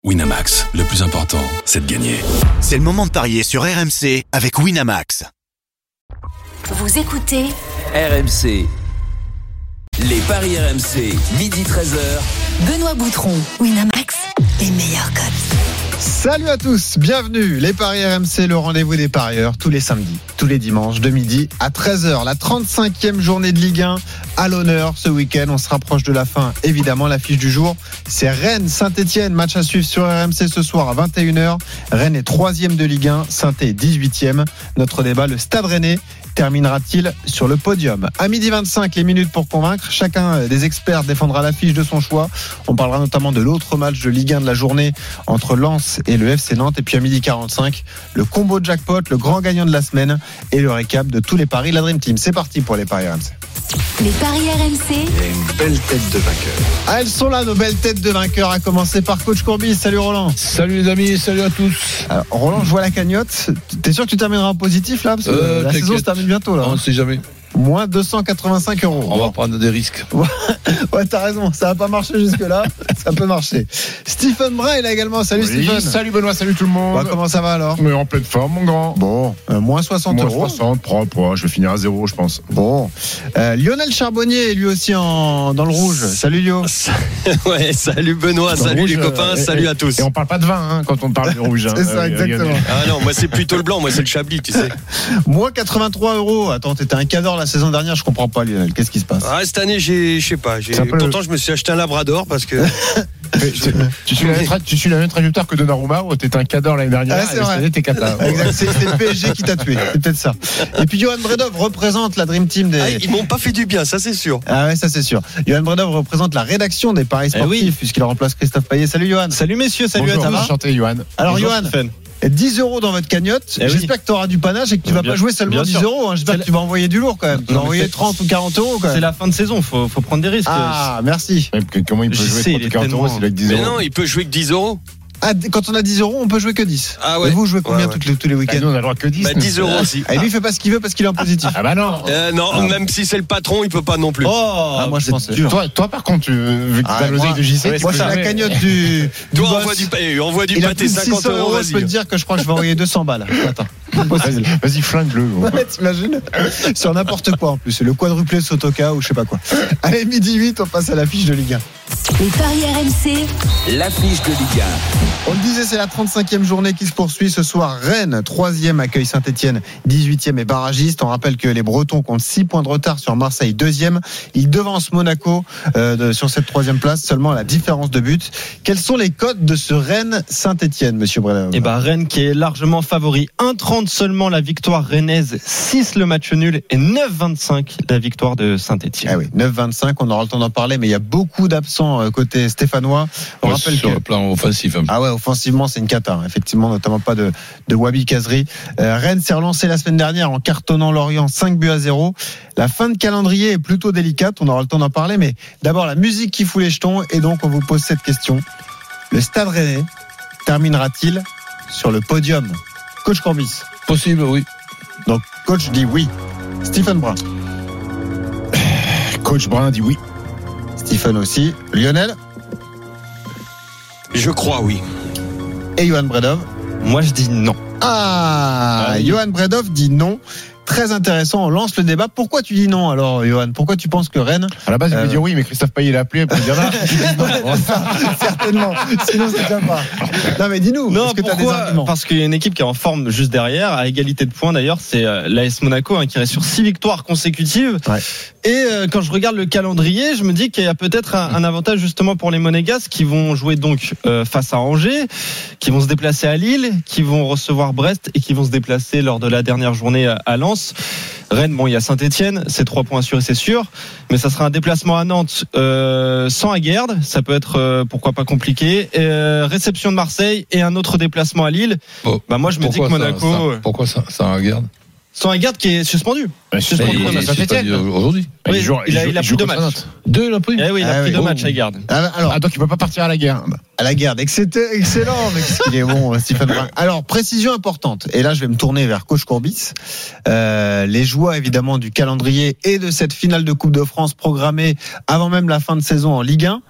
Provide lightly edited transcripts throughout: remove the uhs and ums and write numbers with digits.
Winamax, le plus important, c'est de gagner. C'est le moment de parier sur RMC avec Winamax. Vous écoutez RMC. Les paris RMC, midi 13h. Benoît Boutron, Winamax, les meilleurs codes. Salut à tous, bienvenue. Les paris RMC, le rendez-vous des parieurs, tous les samedis, tous les dimanches, de midi à 13h. La 35e journée de Ligue 1 à l'honneur ce week-end. On se rapproche de la fin, évidemment. L'affiche du jour, c'est Rennes-Saint-Etienne. Match à suivre sur RMC ce soir à 21h. Rennes est 3e de Ligue 1, Saint-Etienne 18e. Notre débat, le Stade Rennais terminera-t-il sur le podium? À midi 25, les minutes pour convaincre. Chacun des experts défendra l'affiche de son choix. On parlera notamment de l'autre match de Ligue 1 de la journée entre Lens et le FC Nantes. Et puis à midi 45, le combo jackpot, le grand gagnant de la semaine et le récap de tous les paris de la Dream Team. C'est parti pour les paris RMC. Les paris RMC. Il y a une belle tête de vainqueur. Ah, elles sont là, nos belles têtes de vainqueurs, à commencer par Coach Courbis. Salut Roland. Salut les amis, salut à tous. Alors, Roland, je vois la cagnotte. T'es sûr que tu termineras en positif là? Parce que la saison se termine bientôt là. On ne sait jamais. Moins 285 €. On va prendre des risques. Ouais, t'as raison. Ça va pas marcher jusque-là. Ça peut marcher. Stephen Brun est là également. Salut Stephen. Salut Benoît, salut tout le monde. Comment ça va alors? Mais en pleine forme, mon grand. Bon, moins 60 €. Moins 60, propre. Je vais finir à 0, je pense. Bon. Lionel Charbonnier est lui aussi dans le rouge. Salut Lio. Ouais, salut Benoît, salut les copains, salut à tous. Et on parle pas de vin quand on parle de rouge. C'est ça, exactement. Ah non, moi c'est plutôt le blanc, moi c'est le Chablis, tu sais. Moins 83 €. Attends, t'étais un cadre la saison dernière, je comprends pas Lionel. Qu'est-ce qui se passe? Ah, cette année, je sais pas. Pourtant, je me suis acheté un Labrador parce que. Tu suis le même traducteur que Donnarumma, où t'étais un cadre l'année dernière. Ah, c'est vrai. Cette année, t'es cadre. Exact, c'est le PSG qui t'a tué. C'est peut-être ça. Et puis Johan Bredov représente la Dream Team des. Ah, ils m'ont pas fait du bien, ça c'est sûr. Ah ouais, ça c'est sûr. Johan Bredov représente la rédaction des paris sportifs, puisqu'il remplace Christophe Payet. Salut Johan. Salut messieurs, salut Bonjour, à tous. enchanté Johan. Alors Bonjour, Johan, Stéphane. 10 € dans votre cagnotte. J'espère que tu auras du panache et que tu vas pas jouer seulement 10 €. J'espère que tu vas envoyer du lourd quand même. Tu vas envoyer 30 ou 40 € quand même. C'est la fin de saison, faut prendre des risques. Ah, merci. Comment il peut jouer 30 ou 40 €, c'est avec 10 €? Mais non, il peut jouer que 10 €. Ah, quand on a 10 €, on peut jouer que 10. Ah ouais. Et vous jouez combien Ouais. tous les week-ends? Nous, on a le droit que 10. Bah, 10 € aussi. Et lui, il fait pas ce qu'il veut parce qu'il est en positif. Ah bah non. Non, même si c'est le patron, il peut pas non plus. Ah, moi je pense. Toi, par contre, vu que t'as l'oseille de JC, Moi, c'est la cagnotte du. Toi, boss. envoie du Il a pâté, plus de 50 600 €, €. Je peux te vas-y. dire que je crois que je vais envoyer 200 balles. Attends. Vas-y, flingue-le. Ouais, t'imagines? Sur n'importe quoi en plus. Le quadruplé Sotoka ou je sais pas quoi. Allez, midi 8, on passe à la fiche de Ligue 1. Les paris RMC. L'affiche de Ligue 1. On le disait, c'est la 35e journée qui se poursuit ce soir. Rennes, 3e, accueille Saint-Etienne, 18e et barragiste. On rappelle que les Bretons comptent 6 points de retard sur Marseille, 2e. Ils devancent Monaco sur cette 3e place, seulement à la différence de but. Quels sont les codes de ce Rennes-Saint-Etienne, monsieur Brenner? Et Rennes qui est largement favori. 1,30 seulement la victoire rennaise, 6 le match nul et 9,25 la victoire de Saint-Etienne. Ah oui, 9,25, on aura le temps d'en parler, mais il y a beaucoup d'absents côté stéphanois. On rappelle sur que... le plan offensif. Ah ouais, offensivement, c'est une cata. Hein. Effectivement, notamment pas de Wabi Kazri. Rennes s'est relancé la semaine dernière en cartonnant Lorient 5-0. La fin de calendrier est plutôt délicate. On aura le temps d'en parler, mais d'abord la musique qui fout les jetons. Et donc, on vous pose cette question. Le Stade Rennais terminera-t-il sur le podium? Coach Courbis. Possible, oui. Donc, coach dit oui. Stephen Brun. Coach Brun dit oui. Stephen aussi. Lionel. Je crois, oui. Et Johan Bredov. Moi je dis non. Ah, Johan Bredov dit non. Très intéressant, on lance le débat. Pourquoi tu dis non alors, Johan? Pourquoi tu penses que Rennes... À la base, il veut dire oui, mais Christophe Payet l'a appelé pour dire non. Certainement. Sinon, c'est déjà pas. Non, mais dis-nous. Non, est-ce que tu as des arguments? Parce qu'il y a une équipe qui est en forme juste derrière, à égalité de points d'ailleurs, c'est l'AS Monaco qui reste sur 6 victoires consécutives. Ouais. Et quand je regarde le calendrier, je me dis qu'il y a peut-être un avantage justement pour les Monégasques qui vont jouer donc face à Angers, qui vont se déplacer à Lille, qui vont recevoir Brest et qui vont se déplacer lors de la dernière journée à Lens. Rennes, bon, il y a Saint-Etienne, c'est 3 points assurés, c'est sûr, mais ça sera un déplacement à Nantes sans Aguerd, ça peut être pourquoi pas compliqué. Réception de Marseille et un autre déplacement à Lille. Bon, Moi, je me dis que Monaco. Pourquoi ça regarde? Sans Aguerd qui est suspendu. Suspendu Il est suspendu aujourd'hui. Oui, il a pris 2 matchs. 2, il a pris. Eh oui, il a pris 2 matchs, Aguerd. Alors, donc il peut pas partir à la guerre. à la guerre. C'était excellent, mais qu'est-ce qu'il est bon, Stephen Brun. Alors, précision importante. Et là, je vais me tourner vers Coach Courbis. Les joies, évidemment, du calendrier et de cette finale de Coupe de France programmée avant même la fin de saison en Ligue 1.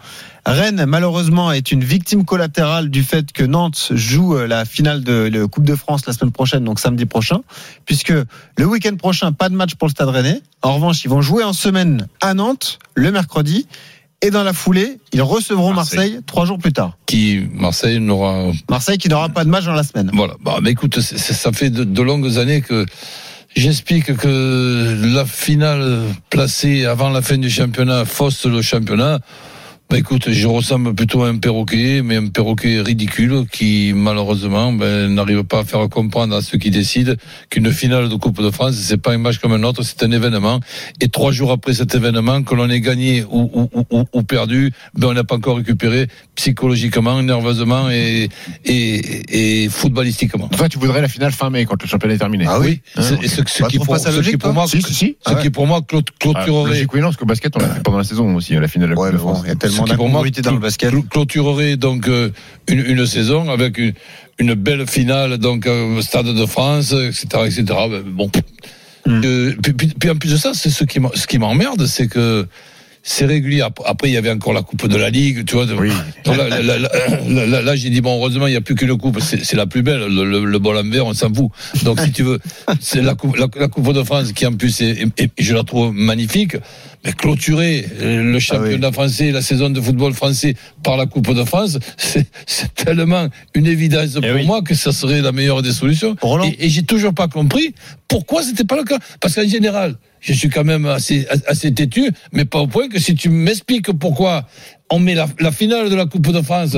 Rennes, malheureusement, est une victime collatérale du fait que Nantes joue la finale de la Coupe de France la semaine prochaine, donc samedi prochain, puisque le week-end prochain, pas de match pour le Stade Rennais. En revanche, ils vont jouer en semaine à Nantes le mercredi. Et dans la foulée, ils recevront Marseille 3 jours plus tard. Marseille qui n'aura pas de match dans la semaine. Voilà. Mais écoute, ça fait de longues années que j'explique que la finale placée avant la fin du championnat fausse le championnat. Écoute, je ressemble plutôt à un perroquet, mais un perroquet ridicule qui, malheureusement, n'arrive pas à faire comprendre à ceux qui décident qu'une finale de Coupe de France, c'est pas un match comme un autre, c'est un événement. Et 3 jours après cet événement, que l'on ait gagné ou perdu, on n'a pas encore récupéré psychologiquement, nerveusement et footballistiquement. Enfin, tu voudrais la finale fin mai quand le championnat est terminé. Ah oui. Ce qui pour moi clôturerait. Logique, oui, non, parce qu'au basket, on l'a fait pendant la saison aussi, la finale de la Coupe de France. Il y a tellement d'incongruité dans le basket. Clôturerait donc une saison avec une belle finale donc au Stade de France, etc. Bon. Puis en plus de ça, c'est ce qui m'emmerde, c'est que c'est régulier. Après, il y avait encore la Coupe de la Ligue, tu vois. Oui. Là, j'ai dit, heureusement, il n'y a plus qu'une coupe. C'est la plus belle. Le bol en verre, on s'en fout. Donc, si tu veux, c'est la Coupe de France qui, en plus, je la trouve magnifique. Mais clôturer le championnat français, la saison de football français par la Coupe de France, c'est tellement une évidence pour moi que ça serait la meilleure des solutions. Et j'ai toujours pas compris pourquoi c'était pas le cas. Parce qu'en général, je suis quand même assez têtu, mais pas au point que si tu m'expliques pourquoi on met la finale de la Coupe de France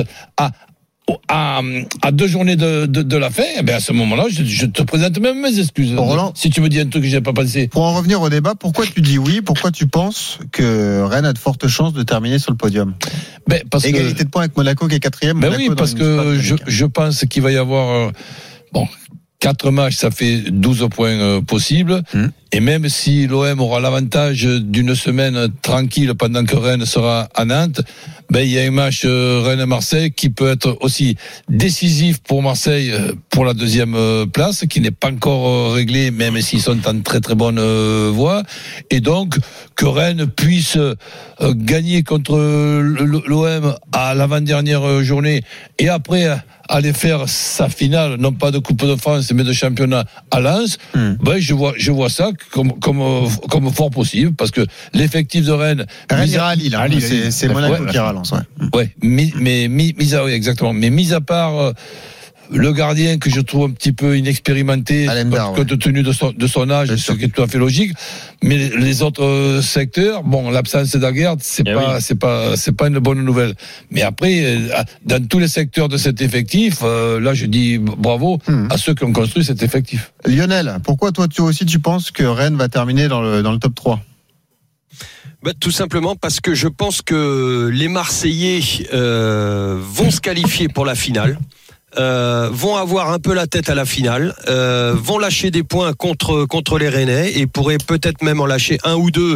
à 2 journées de la fin, à ce moment-là, je te présente même mes excuses. Roland, si tu me dis un truc que j'ai pas pensé. Pour en revenir au débat, pourquoi tu dis oui? Pourquoi tu penses que Rennes a de fortes chances de terminer sur le podium? Égalité de points avec Monaco qui est 4e. Oui, parce que je pense qu'il va y avoir 4 matchs, ça fait 12 points possibles. Et même si l'OM aura l'avantage d'une semaine tranquille pendant que Rennes sera à Nantes, il y a un match Rennes-Marseille qui peut être aussi décisif pour Marseille pour la 2e place, qui n'est pas encore réglé, même s'ils sont en très très bonne voie. Et donc, que Rennes puisse gagner contre l'OM à l'avant-dernière journée et après aller faire sa finale, non pas de Coupe de France, mais de championnat à Lens, je vois ça comme fort possible, parce que l'effectif de Rennes ira à Lille, c'est Monaco qui ira à Lens. Exactement. Mais mis à part le gardien que je trouve un petit peu inexpérimenté compte tenu de son âge, ce qui est tout à fait logique, mais les autres secteurs, l'absence d'Aguerd, c'est pas une bonne nouvelle. Mais après, dans tous les secteurs de cet effectif, là je dis bravo à ceux qui ont construit cet effectif. Lionel, pourquoi toi tu penses que Rennes va terminer dans le top 3? Tout simplement parce que je pense que les Marseillais vont se qualifier pour la finale. Vont avoir un peu la tête à la finale, vont lâcher des points contre les Rennais et pourraient peut-être même en lâcher 1 ou 2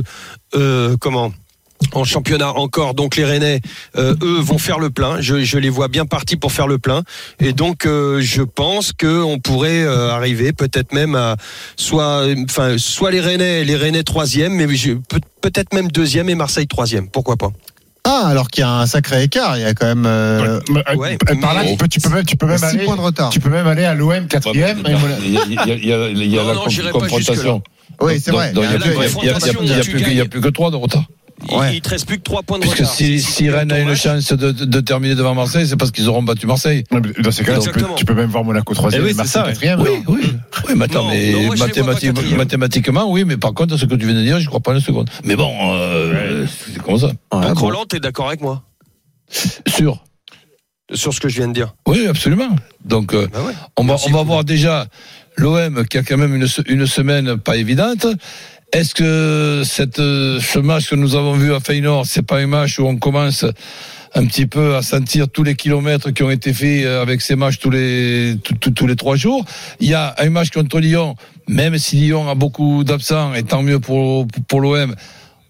en championnat encore. Donc les Rennais, eux, vont faire le plein. Je les vois bien partis pour faire le plein. Et donc je pense qu'on pourrait arriver peut-être même à soit les Rennais 3e, mais peut-être même 2e et Marseille 3e. Pourquoi pas? Alors qu'il y a un sacré écart, il y a quand même par là, tu peux même 6 points de retard. Tu peux même aller à l'OM 4e. Il y a la confrontation. Oui, c'est vrai. Il n'y a plus que 3 de retard. Il te reste plus que 3 points de retard. Parce que si Rennes a une chance de terminer devant Marseille, c'est parce qu'ils auront battu Marseille. Dans ces cas-là, tu peux même voir Monaco 3e et Marseille 4e. Oui, mais attends, mathématiquement, oui, mais par contre, ce que tu viens de dire, je crois pas une seconde. Mais bon, c'est comme ça. Donc Roland, t'es d'accord avec moi? Sur ce que je viens de dire? Oui, absolument. Donc, on va voir déjà l'OM qui a quand même une semaine pas évidente. Est-ce que ce match que nous avons vu à Feyenoord, c'est pas un match où on commence un petit peu à sentir tous les kilomètres qui ont été faits avec ces matchs tous les 3 jours? Il y a un match contre Lyon, même si Lyon a beaucoup d'absents, et tant mieux pour l'OM.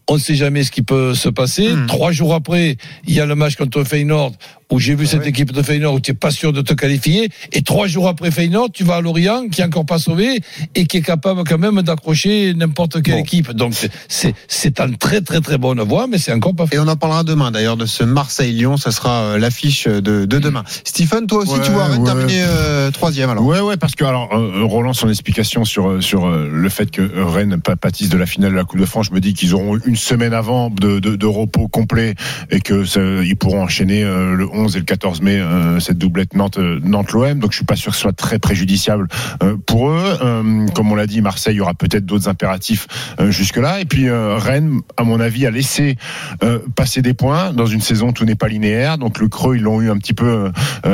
on ne sait jamais ce qui peut se passer. 3 jours après, il y a le match contre Feyenoord, où j'ai vu cette équipe de Feyenoord où tu n'es pas sûr de te qualifier. Et 3 jours après Feyenoord, tu vas à Lorient, qui est encore pas sauvé et qui est capable quand même d'accrocher n'importe quelle équipe. Donc c'est en très très très bonne voie, mais c'est encore pas fait. Et on en parlera demain d'ailleurs de ce Marseille-Lyon. Ça sera l'affiche de demain. Stephen, toi aussi, tu vois Rennes terminer 3e alors. Ouais, parce que alors Roland, son explication sur le fait que Rennes pâtisse de la finale de la Coupe de France, je me dis qu'ils auront une semaine avant de repos complet et que ils pourront enchaîner le 11 et le 14 mai cette doublette Nantes-l'OM. Donc je suis pas sûr que ce soit très préjudiciable pour eux. Comme on l'a dit, Marseille, il y aura peut-être d'autres impératifs jusque-là. Et puis Rennes, à mon avis, a laissé passer des points dans une saison où tout n'est pas linéaire. Donc le creux, ils l'ont eu un petit peu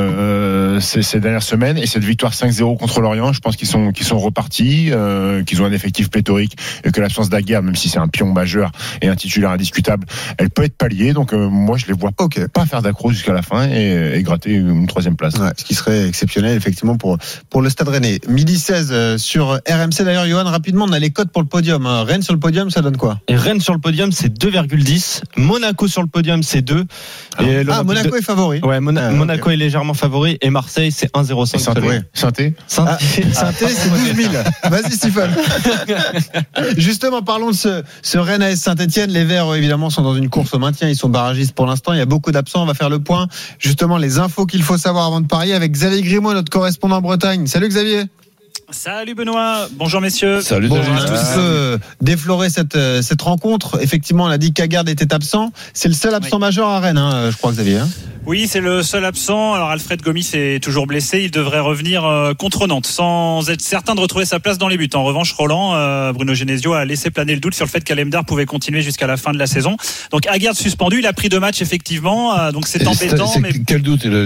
ces dernières semaines. Et cette victoire 5-0 contre Lorient, je pense qu'ils sont repartis, qu'ils ont un effectif pléthorique et que l'absence d'Aguerre, même si c'est un pion majeur et un titulaire indiscutable, elle peut être palliée. Donc moi, je les vois pas faire d'accro jusqu'à la fin et gratter une 3e place. Ouais, ce qui serait exceptionnel effectivement pour le Stade Rennais. 12h16 sur RMC. D'ailleurs, Johan, rapidement, on a les cotes pour le podium. Rennes sur le podium, ça donne quoi? Et Rennes sur le podium, c'est 2,10. Monaco sur le podium, c'est 2. Monaco est favori. Ouais, Monaco est légèrement favori et Marseille, c'est 1,05. Saint-Étienne, c'est 12 000. Vas-y, Stéphane. Justement, parlons de ce Rennes AS Saint-Etienne. Les Verts, évidemment, sont dans une course au maintien. Ils sont barragistes pour l'instant. Il y a beaucoup d'absents. On va faire le point. Justement, les infos qu'il faut savoir avant de parier avec Xavier Grimaud, notre correspondant en Bretagne. Salut Xavier. Salut Benoît, bonjour messieurs. Salut. On a tous défloré cette rencontre. Effectivement, on a dit qu'Aguerd était absent. C'est le seul absent majeur à Rennes, je crois, Xavier. Oui, c'est le seul absent. Alors Alfred Gomis est toujours blessé. Il devrait revenir contre Nantes sans être certain de retrouver sa place dans les buts. En revanche, Roland, Bruno Genesio a laissé planer le doute sur le fait qu'Alemdar pouvait continuer jusqu'à la fin de la saison. Donc Aguerd suspendu, il a pris 2 matchs effectivement. Donc c'est embêtant. Quel doute il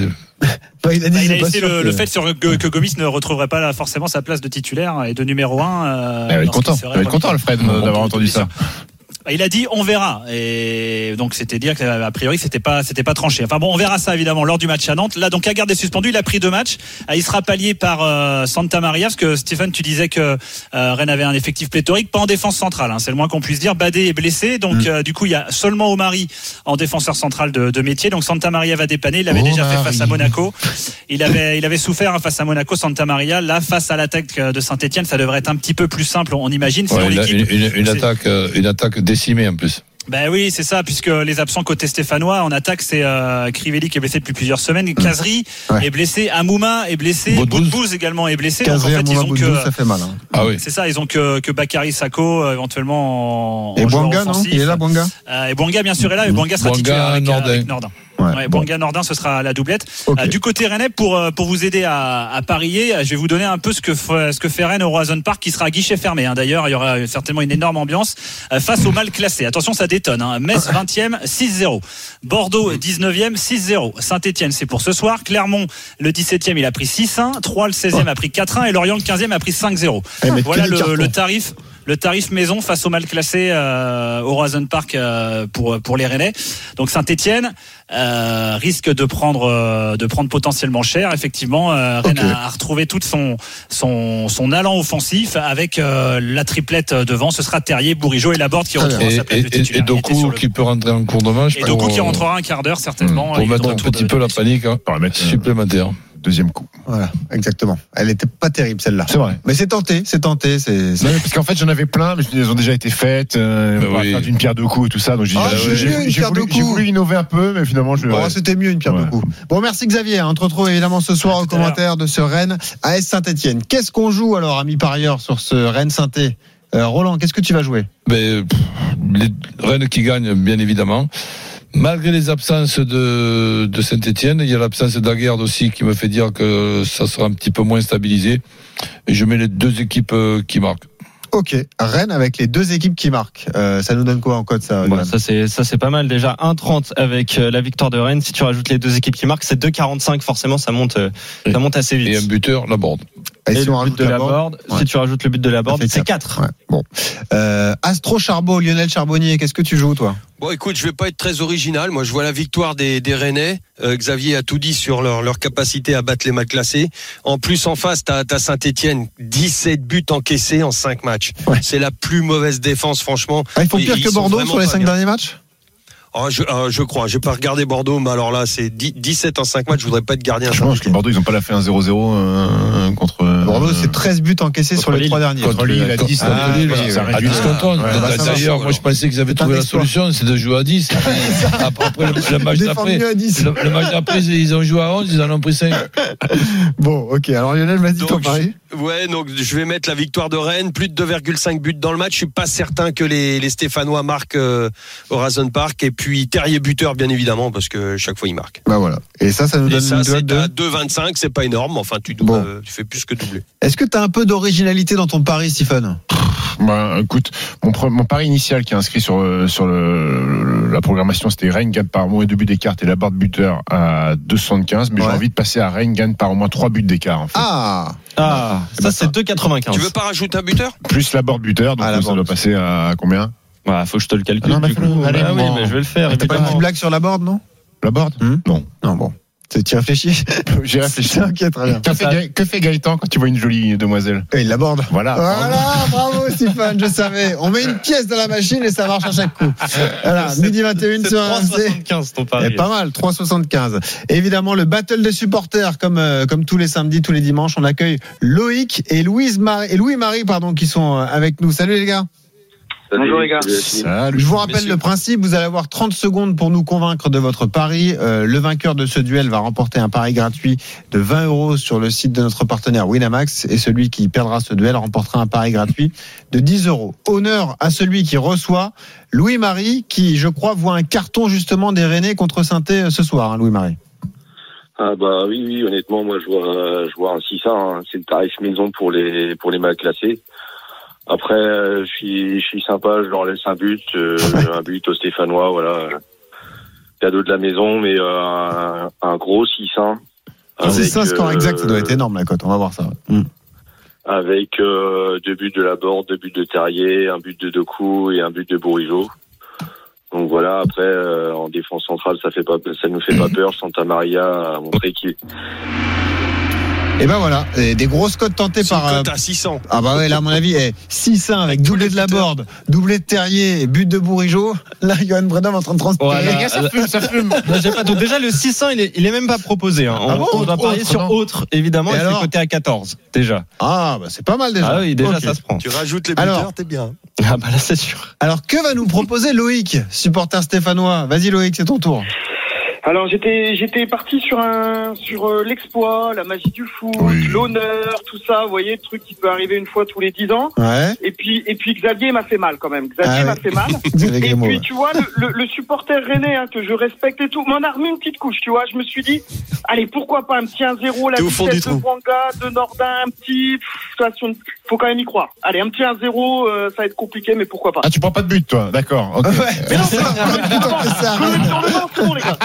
a laissé le fait que Gomis ne retrouverait pas forcément sa place de titulaire et de numéro 1. Il va être content Alfred d'avoir entendu ça. Il a dit on verra, et donc c'était dire qu'a priori c'était pas tranché. Enfin bon, on verra ça évidemment lors du match à Nantes. Là donc Aguerd est suspendu, il a pris 2 matchs. Il sera pallié par Santa Maria, parce que Stephen, tu disais que Rennes avait un effectif pléthorique, pas en défense centrale, c'est le moins qu'on puisse dire. Badé est blessé, donc du coup il y a seulement Omari en défenseur central de métier. Donc Santa Maria va dépanner. Il avait déjà fait face à Monaco. Il avait souffert face à Monaco, Santa Maria. Là face à l'attaque de Saint-Etienne, ça devrait être un petit peu plus simple, on imagine. Une attaque décimé en plus. Ben oui, c'est ça, puisque les absents côté stéphanois en attaque, c'est Crivelli qui est blessé depuis plusieurs semaines, Kazri est blessé, Amouma est blessé, Boudbouz également est blessé. Kazri, en fait, Amouma, Boudbouz, ça fait mal. Ah oui. C'est ça, ils ont que Bakary Sako éventuellement et Bouanga, non? Il est là, Bouanga. Et Bouanga bien sûr est là, et Bouanga sera titulaire avec Nordin. Bouanga Nordin, ce sera la doublette. Du côté rennais, pour vous aider à parier, je vais vous donner un peu ce que fait Rennes au Roazhon Park, qui sera à guichet fermé. D'ailleurs, il y aura certainement une énorme ambiance face au mal classé. Attention, ça détonne. Metz 20e, 6-0. Bordeaux 19e, 6-0. Saint-Etienne, c'est pour ce soir. Clermont, le 17e, il a pris 6-1. Troyes, le 16e, a pris 4-1. Et Lorient, le 15e, a pris 5-0. Voilà le tarif maison face au mal classé au Roazhon Park pour les Rennais. Donc Saint-Etienne risque de prendre potentiellement cher. Effectivement, Rennes a retrouvé tout son allant offensif avec la triplette devant. Ce sera Terrier, Bourigeaud et Laborde qui retrouvera sa place de titulaire. Et Doku qui peut rentrer en cours de match. Et Doku qui rentrera un quart d'heure certainement. Pour mettre un petit peu la panique supplémentaire. Deuxième coup. Voilà, exactement. Elle était pas terrible celle-là. C'est vrai. Mais c'est tenté. Non, parce qu'en fait j'en avais plein, mais elles ont déjà été faites. On va faire d'une pierre deux coups et tout ça. Donc j'ai voulu innover un peu, mais finalement c'était mieux une pierre deux coups. Bon, merci Xavier. On te retrouve évidemment ce soir au commentaire de ce Rennes AS Saint-Etienne. Qu'est-ce qu'on joue alors, amis parieurs, sur ce Rennes Saint-Etienne? Roland, qu'est-ce que tu vas jouer? Les Rennes qui gagnent, bien évidemment. Malgré les absences de Saint-Etienne, il y a l'absence d'Aguerd aussi qui me fait dire que ça sera un petit peu moins stabilisé. Et je mets les 2 équipes qui marquent. Ok, Rennes avec les 2 équipes qui marquent. Ça nous donne quoi en code, ça? Ça c'est pas mal déjà. 1,30 avec la victoire de Rennes. Si tu rajoutes les 2 équipes qui marquent, c'est 2,45. Forcément, ça monte assez vite. Et un buteur, Laborde. Et si le on but rajoute de la la board, board, si tu rajoutes le but de la board, c'est 4. Ouais. Bon. Astro Charbot, Lionel Charbonnier, qu'est-ce que tu joues, toi? Bon, écoute, je vais pas être très original. Moi, je vois la victoire des Rennais. Xavier a tout dit sur leur capacité à battre les mal classés. En plus, en face, t'as Saint-Etienne, 17 buts encaissés en 5 matchs. Ouais. C'est la plus mauvaise défense, franchement. Ils font pire que Bordeaux sur les 5 derniers matchs? Je crois. J'ai pas regardé Bordeaux, mais alors là, c'est 17 en 5 matchs. Je voudrais pas être gardien. Je pense que Bordeaux, ils ont pas la fait un 0-0 contre. Bordeaux, c'est 13 buts encaissés sur les 3 derniers. Contre Lille, à 10. À 10 contre. D'ailleurs, moi, je pensais qu'ils avaient trouvé la solution, c'est de jouer à 10. Après le match d'après, ils ont joué à 11, ils en ont pris 5. Bon, ok. Alors Lionel, vas-y, ton pari. Ouais, donc je vais mettre la victoire de Rennes, plus de 2,5 buts dans le match. Je suis pas certain que les Stéphanois marquent au Horizon Park. Et puis Terrier buteur, bien évidemment, parce que chaque fois il marque. Bah voilà. Et ça nous donne une c'est à 2,25, c'est pas énorme. Enfin, tu fais plus que doubler. Est-ce que tu as un peu d'originalité dans ton pari, Stephen? Bah, écoute, mon pari initial qui est inscrit sur la programmation, c'était Rennes gagne par au moins 2 buts d'écart et la barre de buteur à 2,75. Mais j'ai envie de passer à Rennes gagne par au moins 3 buts d'écart. En fait. Ça c'est 2,95. Tu veux pas rajouter un buteur? Plus la barre de buteur, donc ça doit passer à combien? Faut que je te le calcule. Mais je vais le faire. T'as pas une petite blague sur la board, non? La board? Non, bon. Tu réfléchis? J'ai réfléchi. Ok, très bien. Que fait Gaëtan quand tu vois une jolie demoiselle? Il l'aborde. Voilà, bravo Stéphane, je savais. On met une pièce dans la machine et ça marche à chaque coup. Voilà, midi 21 sur RMC. 3,75 ton pari. Pas mal, 3,75. Évidemment, le battle des supporters, comme tous les samedis, tous les dimanches, on accueille Loïc et Louis-Marie, qui sont avec nous. Salut les gars. Bonjour les gars. Je vous rappelle le principe, vous allez avoir 30 secondes pour nous convaincre de votre pari. Le vainqueur de ce duel va remporter un pari gratuit de 20 € sur le site de notre partenaire Winamax et celui qui perdra ce duel remportera un pari gratuit de 10 €. Honneur à celui qui reçoit Louis-Marie qui, je crois, voit un carton justement des Rennais contre Saint-Etienne ce soir, Louis-Marie. Ah bah oui, honnêtement, moi je vois un 6-1, c'est le tarif maison pour les mal classés. Après, je suis sympa, je leur laisse un but aux Stéphanois, voilà. Cadeau de la maison, mais un gros 6-1. C'est ça, score exact, ça doit être énorme la cote, on va voir ça. Avec 2 buts de la Borde, 2 buts de Terrier, un but de Doku et un but de Bourigeaud. Donc voilà, après, en défense centrale, ça nous fait pas peur. Santa Maria a montré qu'il... Et ben voilà, des grosses cotes tentées par. Cote à 600. Ah bah ouais, là à mon avis, 600 avec doublé de la Borde, doublé de Terrier et but de Bourigeaud. Là, Johan Bredov en train de transpirer. Les gars, ça fume. J'ai pas tout. Déjà le 600, il est même pas proposé. On doit parier sur autre, évidemment. Et c'est coté à 14 déjà. Ah bah c'est pas mal déjà. Ah oui, déjà ça se prend. Tu rajoutes les buteurs, t'es bien. Ah bah là c'est sûr. Alors que va nous proposer Loïc, supporter stéphanois? Vas-y Loïc, c'est ton tour. Alors j'étais parti sur l'exploit, la magie du foot, l'honneur, tout ça, vous voyez, le truc qui peut arriver une fois tous les 10 ans. Ouais. Et puis Xavier m'a fait mal quand même. M'a fait mal. Et puis tu vois le supporter rennais que je respecte et tout, m'en a remis une petite couche, tu vois. Je me suis dit, allez, pourquoi pas un petit 1-0, la vitesse de Bouanga, de Nordin, un petit. De toute façon, faut quand même y croire. Allez, un petit 1-0, ça va être compliqué, mais pourquoi pas. Ah, tu prends pas de but, toi, d'accord. Okay. Ouais. Mais non, c'est bon les gars.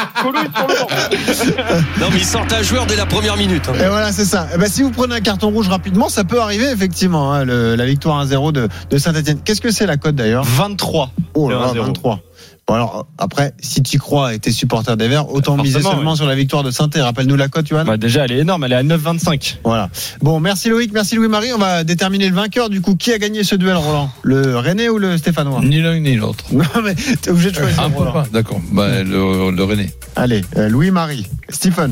Non mais ils sortent un joueur dès la première minute. Et voilà, c'est ça. Et si vous prenez un carton rouge rapidement, ça peut arriver effectivement. La victoire 1-0 de Saint-Etienne. Qu'est-ce que c'est la cote d'ailleurs? 23. Oh là, 23. Bon alors après, si tu crois et t'es supporter des Verts, autant miser seulement sur la victoire de Saint-Etienne. Rappelle-nous la cote, Johan. Déjà, elle est énorme. Elle est à 9,25. Voilà. Bon, merci Loïc, merci Louis-Marie. On va déterminer le vainqueur. Du coup, qui a gagné ce duel, Roland? Le Rennais ou le Stéphanois? Ni l'un ni l'autre. Non mais t'es obligé de choisir. Pas. D'accord. Le Rennais. Allez, Louis-Marie, Stephen.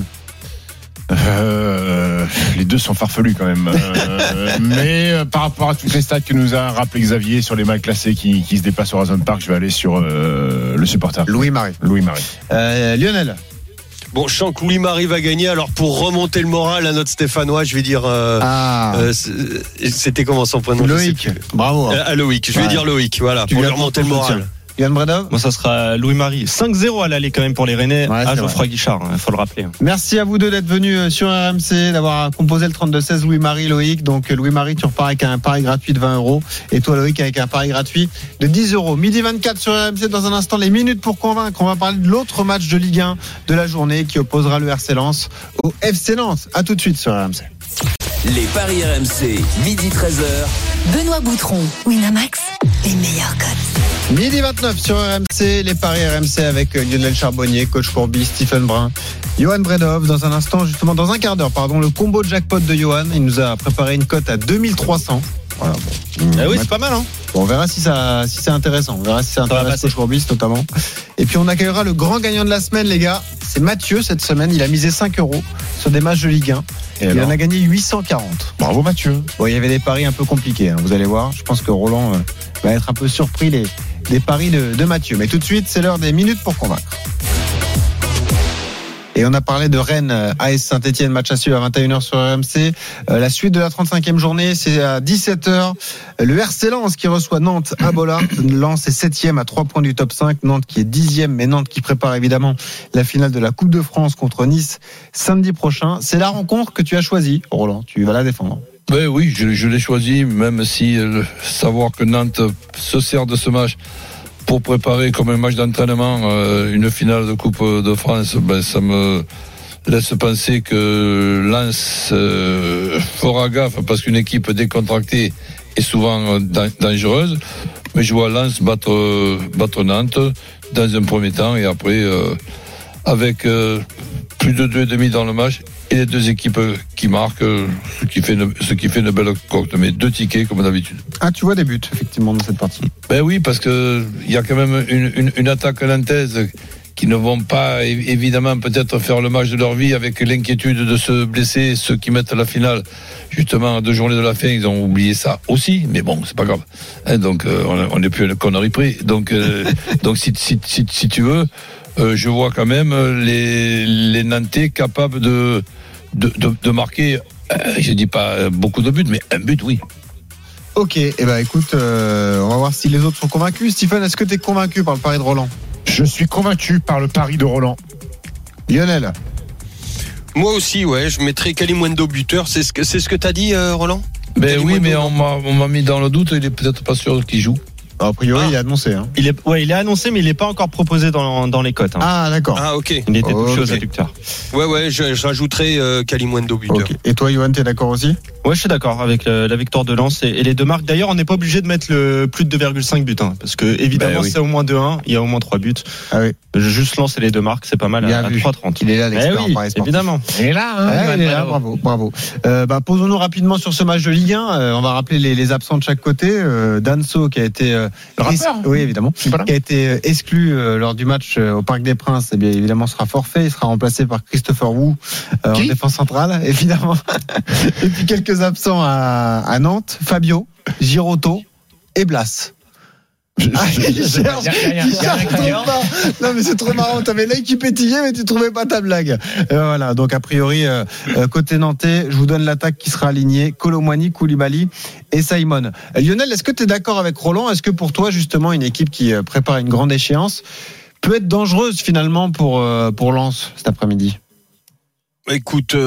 Les deux sont farfelus quand même. Mais par rapport à toutes les stats que nous a rappelé Xavier sur les mal classés qui se déplacent au Horizon Park, je vais aller sur le supporter. Louis-Marie. Lionel. Bon, je sens que Louis-Marie va gagner. Alors pour remonter le moral à notre Stéphanois, je vais dire. C'était comment son prénom? Loïc. Bravo. Loïc. Je vais dire Loïc. Voilà. Pour lui remonter le moral. Yann Bredov. Bon, ça sera Louis-Marie. 5-0 à l'aller quand même pour les Rennais. Geoffroy Guichard, il faut le rappeler. Merci à vous deux d'être venus sur RMC, d'avoir composé le 32-16 Louis-Marie, Loïc. Donc Louis-Marie, tu repars avec un pari gratuit de 20 €. Et toi Loïc avec un pari gratuit de 10 €. Midi 24 sur RMC. Dans un instant, les minutes pour convaincre. On va parler de l'autre match de Ligue 1 de la journée qui opposera le RC Lens au FC Lens. À tout de suite sur RMC. Les paris RMC, midi 13h. Benoît Boutron, Winamax, les meilleurs cotes. Midi 29 sur RMC, les paris RMC avec Lionel Charbonnier, coach Courbis, Stephen Brun, Johan Bredov. Dans un instant, justement, dans un quart d'heure, le combo jackpot de Johan. Il nous a préparé une cote à 2300. Voilà, oui, c'est pas mal, hein. Bon, on verra si c'est intéressant. On verra si ça intéresse coach Courbis notamment. Et puis on accueillera le grand gagnant de la semaine, les gars. C'est Mathieu cette semaine. Il a misé 5 € sur des matchs de Ligue 1. Et il en a gagné 840. Bravo Mathieu. Bon, il y avait des paris un peu compliqués, hein, vous allez voir. Je pense que Roland va être un peu surpris des paris de Mathieu. Mais tout de suite, c'est l'heure des minutes pour convaincre. Et on a parlé de Rennes, AS Saint-Etienne, match à suivre à 21h sur RMC. La suite de la 35e journée, c'est à 17h. Le RC Lens qui reçoit Nantes à Bollard. Lens est 7e à 3 points du top 5. Nantes qui est 10e, mais Nantes qui prépare évidemment la finale de la Coupe de France contre Nice samedi prochain. C'est la rencontre que tu as choisie, Roland. Tu vas la défendre. Ben oui, je l'ai choisi, même si savoir que Nantes se sert de ce match pour préparer comme un match d'entraînement une finale de Coupe de France, ça me laisse penser que Lens fera gaffe parce qu'une équipe décontractée est souvent dangereuse. Mais je vois Lens battre Nantes dans un premier temps et après avec plus de 2,5 dans le match et les deux équipes qui marquent, ce qui fait une belle cote. Mais 2 tickets comme d'habitude. Ah, tu vois des buts effectivement dans cette partie. Ben oui, parce que il y a quand même une attaque nantaise qui ne vont pas évidemment peut-être faire le match de leur vie avec l'inquiétude de se blesser. Ceux qui mettent la finale justement à 2 journées de la fin, ils ont oublié ça aussi, mais bon, c'est pas grave. Donc on n'est plus à une connerie près. Donc si tu veux, je vois quand même les Nantais capables de marquer, je dis pas beaucoup de buts, mais un but, oui. Ok, écoute, on va voir si les autres sont convaincus. Stephen, est-ce que tu es convaincu par le pari de Roland ? Je suis convaincu par le pari de Roland. Lionel ? Moi aussi, ouais, je mettrai Kalimundo buteur. C'est ce que t'as dit, Roland ? Ben oui, mais on m'a mis dans le doute. Il est peut-être pas sûr qu'il joue. A priori, il est annoncé. Hein. Il est annoncé, mais il n'est pas encore proposé dans les cotes. Hein. Ah, d'accord. Ah, ok. Il était touché aux adducteurs. Ouais, j'ajouterai Kalimundo buteur. Okay. Et toi, Johan, t'es d'accord aussi ? Ouais, je suis d'accord avec la victoire de Lens et les deux marques. D'ailleurs, on n'est pas obligé de mettre le plus de 2,5 buts, hein, parce que évidemment, c'est au moins 2-1. Il y a au moins 3 buts. Ah oui. Juste Lens et les deux marques, c'est pas mal à 3,30. Il est là, l'expert en paris sportif. Évidemment. Il est là, bravo. Posons-nous rapidement sur ce match de Ligue 1. On va rappeler les absents de chaque côté. Danso qui a été le rappeur. Oui, évidemment. Qui a été exclu lors du match au Parc des Princes. Eh bien, évidemment, sera forfait. Il sera remplacé par Christopher Wu en défense centrale, évidemment. Et puis quelques absents à Nantes, Fabio, Girotto et Blas. Non mais c'est trop marrant, t'avais l'œil qui pétillait mais tu trouvais pas ta blague. Voilà, donc a priori côté nantais, je vous donne l'attaque qui sera alignée: Colomwani, Koulibaly et Simon. Lionel, est-ce que tu es d'accord avec Roland ? Est-ce que pour toi justement une équipe qui prépare une grande échéance peut être dangereuse finalement pour Lens cet après-midi ? Écoute,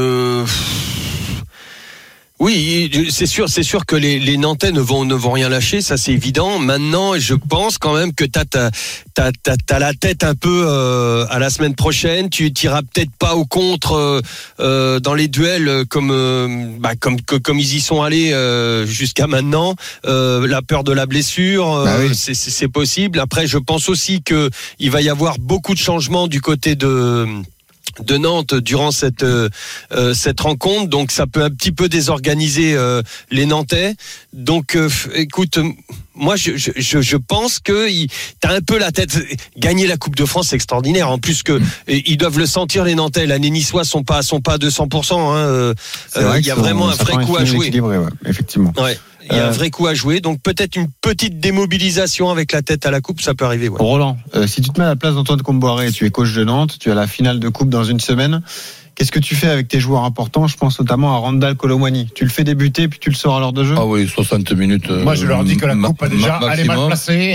oui, c'est sûr que les Nantais ne vont rien lâcher, ça c'est évident. Maintenant, je pense quand même que t'as la tête un peu à la semaine prochaine. Tu t'iras peut-être pas au contre dans les duels comme ils y sont allés jusqu'à maintenant. La peur de la blessure, c'est possible. Après, je pense aussi que il va y avoir beaucoup de changements du côté de Nantes durant cette rencontre, donc ça peut un petit peu désorganiser les Nantais. Donc écoute, moi je pense que t'as un peu la tête. Gagner la Coupe de France, c'est extraordinaire. En plus que ils doivent le sentir, les Nantais. Les Niçois sont pas à 200%. Il y a vraiment un vrai coup à jouer. Effectivement. Ouais. Il y a un vrai coup à jouer, donc peut-être une petite démobilisation avec la tête à la coupe, ça peut arriver. Ouais. Roland, si tu te mets à la place d'Antoine Comboiré, tu es coach de Nantes, tu as la finale de coupe dans une semaine, qu'est-ce que tu fais avec tes joueurs importants ? Je pense notamment à Randall Colomwani. Tu le fais débuter puis tu le sors à l'heure de jeu ? Ah oui, 60 minutes. Moi je leur dis que la coupe elle est mal placée.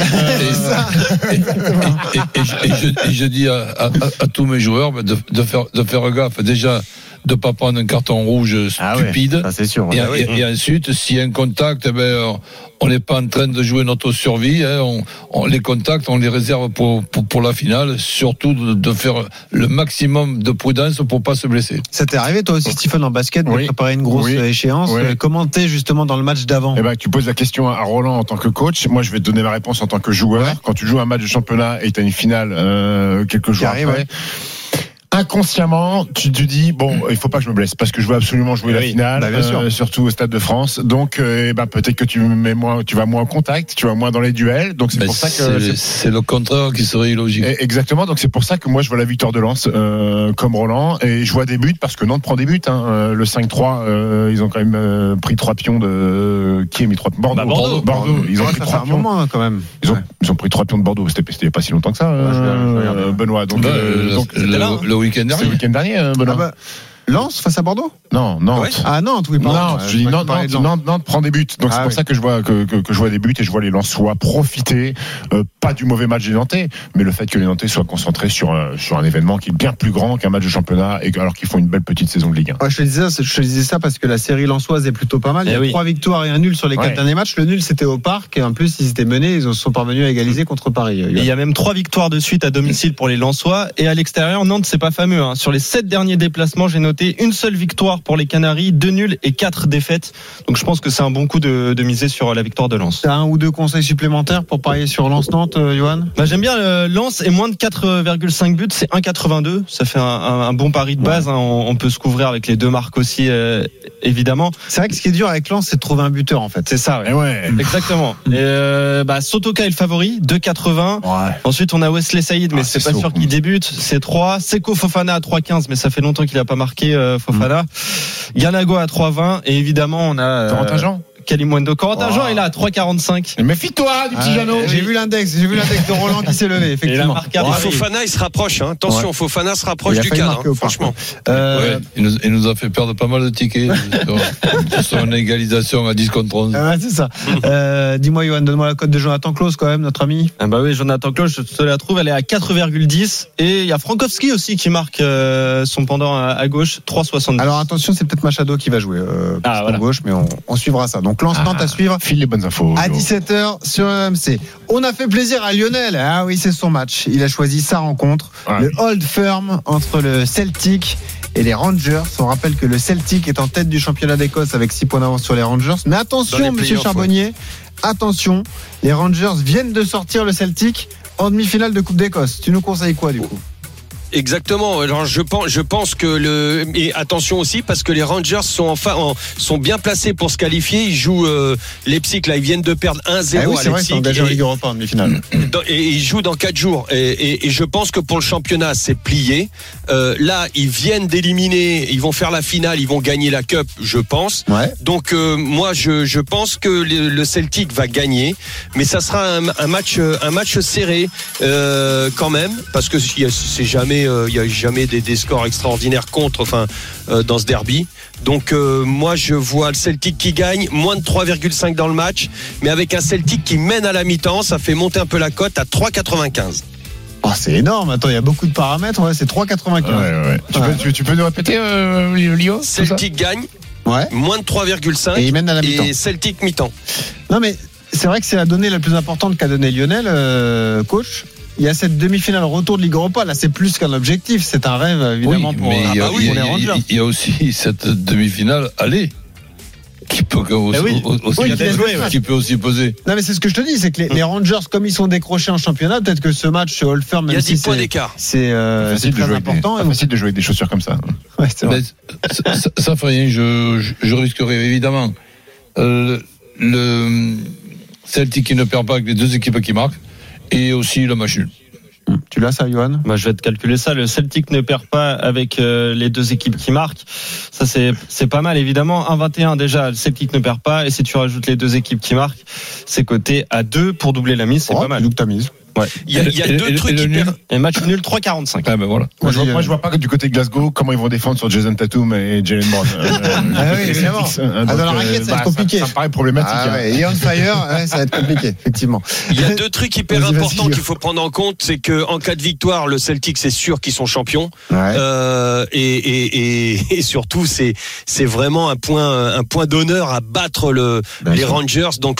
Et je dis à tous mes joueurs de faire gaffe déjà de pas prendre un carton rouge stupide. Ça, c'est sûr. Et ensuite, s'il y a un contact, on n'est pas en train de jouer notre survie. Les contacts, on les réserve pour la finale. Surtout de faire le maximum de prudence pour pas se blesser. Ça t'est arrivé toi aussi, Stephen, en basket, de préparer une grosse échéance. Comment t'es justement dans le match d'avant? Tu poses la question à Roland en tant que coach. Moi, je vais te donner ma réponse en tant que joueur. Quand tu joues un match de championnat et tu as une finale quelques jours après. Inconsciemment, tu te dis il faut pas que je me blesse parce que je veux absolument jouer la finale, surtout au Stade de France. Donc, peut-être que tu vas moins en contact, tu vas moins dans les duels. Donc c'est pour ça que c'est le contraire qui serait illogique. Exactement. Donc c'est pour ça que moi je vois la victoire de Lens comme Roland et je vois des buts parce que Nantes prend des buts. Le 5-3, ils ont quand même pris 3 pions de qui a mis 3 pions Bordeaux. Ils ont pris 3 pions. Moment, quand même. Ils ont pris 3 pions de Bordeaux. C'était pas si longtemps que ça, Benoît. Donc le week-end dernier. C'est le week-end dernier, Benoît. Lens face à Bordeaux? Non, Nantes. Ouais. Ah, Nantes, oui, pardon. Je dis Nantes prend des buts. Donc c'est pour ça que je vois que je vois des buts et je vois les Lensois profiter, pas du mauvais match des Nantais, mais le fait que les Nantais soient concentrés sur un événement qui est bien plus grand qu'un match de championnat et alors qu'ils font une belle petite saison de Ligue 1. Ouais, je te disais ça parce que la série lensoise est plutôt pas mal. Il y a 3 victoires et un nul sur les 4 derniers matchs. Le nul, c'était au Parc et en plus, ils étaient menés, ils sont parvenus à égaliser contre Paris. Et il y a même 3 victoires de suite à domicile pour les Lensois et à l'extérieur, Nantes, c'est pas fameux. Sur les 7 derniers déplacements, j'ai noté une seule victoire pour les Canaries, 2 nuls et 4 défaites. Donc je pense que c'est un bon coup de miser sur la victoire de Lens. T'as un ou deux conseils supplémentaires pour parier sur Lens-Nantes, Johan? J'aime bien Lens et moins de 4,5 buts, c'est 1,82. Ça fait un bon pari de base. On peut se couvrir avec les 2 marques aussi, évidemment. C'est vrai que ce qui est dur avec Lens, c'est de trouver un buteur en fait. C'est ça, exactement. Et Sotoka est le favori, 2,80. Ensuite on a Wesley Saïd, mais c'est pas sûr qu'il débute, c'est 3. Seko Fofana à 3,15, mais ça fait longtemps qu'il a pas marqué Fofana. Yanago à 3,20 et évidemment on a Corentin Jean. Kalimwendo. Corentin Jean est là à 3,45. Méfie-toi du petit Jeannot. J'ai vu l'index de Roland qui s'est levé, effectivement. Fofana, il se rapproche, Attention, Fofana se rapproche du cadre, franchement. Il nous a fait perdre pas mal de tickets sur une égalisation à 10 contre 11. C'est ça. Dis-moi, Johan, donne-moi la cote de Jonathan Klaus, quand même, notre ami. Oui, Jonathan Klaus, je te la trouve, elle est à 4,10. Et il y a Frankowski aussi qui marque son pendant à gauche, 3,70. Alors attention, c'est peut-être Machado qui va jouer à gauche, mais on suivra ça. Donc Lens-Nantes à suivre. File les bonnes infos. À 17h sur RMC. On a fait plaisir à Lionel. Ah oui, c'est son match. Il a choisi sa rencontre. Le Old Firm entre le Celtic et les Rangers. On rappelle que le Celtic est en tête du championnat d'Écosse avec 6 points d'avance sur les Rangers. Mais attention, monsieur Charbonnier. Attention. Les Rangers viennent de sortir le Celtic en demi-finale de Coupe d'Écosse. Tu nous conseilles quoi, du coup? Exactement. Alors je pense que et attention aussi parce que les Rangers sont bien placés pour se qualifier. Ils jouent Leipzig là, ils viennent de perdre 1-0 à Leipzig. Vrai, ils sont engagés en Ligue Europa en demi-finale. Et ils jouent dans 4 jours. Et je pense que pour le championnat, c'est plié. Là, ils viennent d'éliminer. Ils vont faire la finale. Ils vont gagner la Cup, je pense. Donc moi, je pense que le Celtic va gagner, mais ça sera un match serré quand même parce que c'est jamais il y a jamais des scores extraordinaires dans ce derby. Donc moi je vois le Celtic qui gagne, moins de 3,5 dans le match, mais avec un Celtic qui mène à la mi-temps, ça fait monter un peu la cote à 3,95. C'est énorme. Attends, il y a beaucoup de paramètres. C'est 3,95. Tu peux nous répéter, Lio? Celtic gagne, moins de 3,5 et il mène à la mi-temps. Et Celtic mi-temps. Non mais c'est vrai que c'est la donnée la plus importante qu'a donnée Lionel, coach. Il y a cette demi-finale retour de Ligue Europa. Là, c'est plus qu'un objectif. C'est un rêve, évidemment, pour les Rangers. Il y a aussi cette demi-finale aller qui peut aussi poser. Non, mais c'est ce que je te dis. C'est que les Rangers, comme ils sont décrochés en championnat, peut-être que ce match chez Old Firm, il y a 10 points d'écart. C'est très important. C'est facile de jouer avec des chaussures comme ça. Ça fait rien. Je risquerais, évidemment. Le Celtic qui ne perd pas avec les 2 équipes qui marquent. Et aussi le match nul. Tu l'as ça, Johan? Je vais te calculer ça. Le Celtic ne perd pas avec les 2 équipes qui marquent. Ça c'est pas mal évidemment. 1,21 déjà. Le Celtic ne perd pas et si tu rajoutes les 2 équipes qui marquent, c'est coté à 2 pour doubler la mise. C'est pas mal. Tu ta mise. Ouais. Il y a deux trucs et match nul 3,45. Ah ben voilà. Moi, je vois pas que du côté de Glasgow comment ils vont défendre sur Jason Tatum et Jalen Brown. Oui, évidemment. Dans la raquette, ça va être compliqué. Ça me paraît problématique. Et on fire, ça va être compliqué, effectivement. Il y a deux trucs hyper importants qu'il faut prendre en compte, c'est que en cas de victoire, le Celtic c'est sûr qu'ils sont champions. Et surtout c'est vraiment un point d'honneur à battre les Rangers. Donc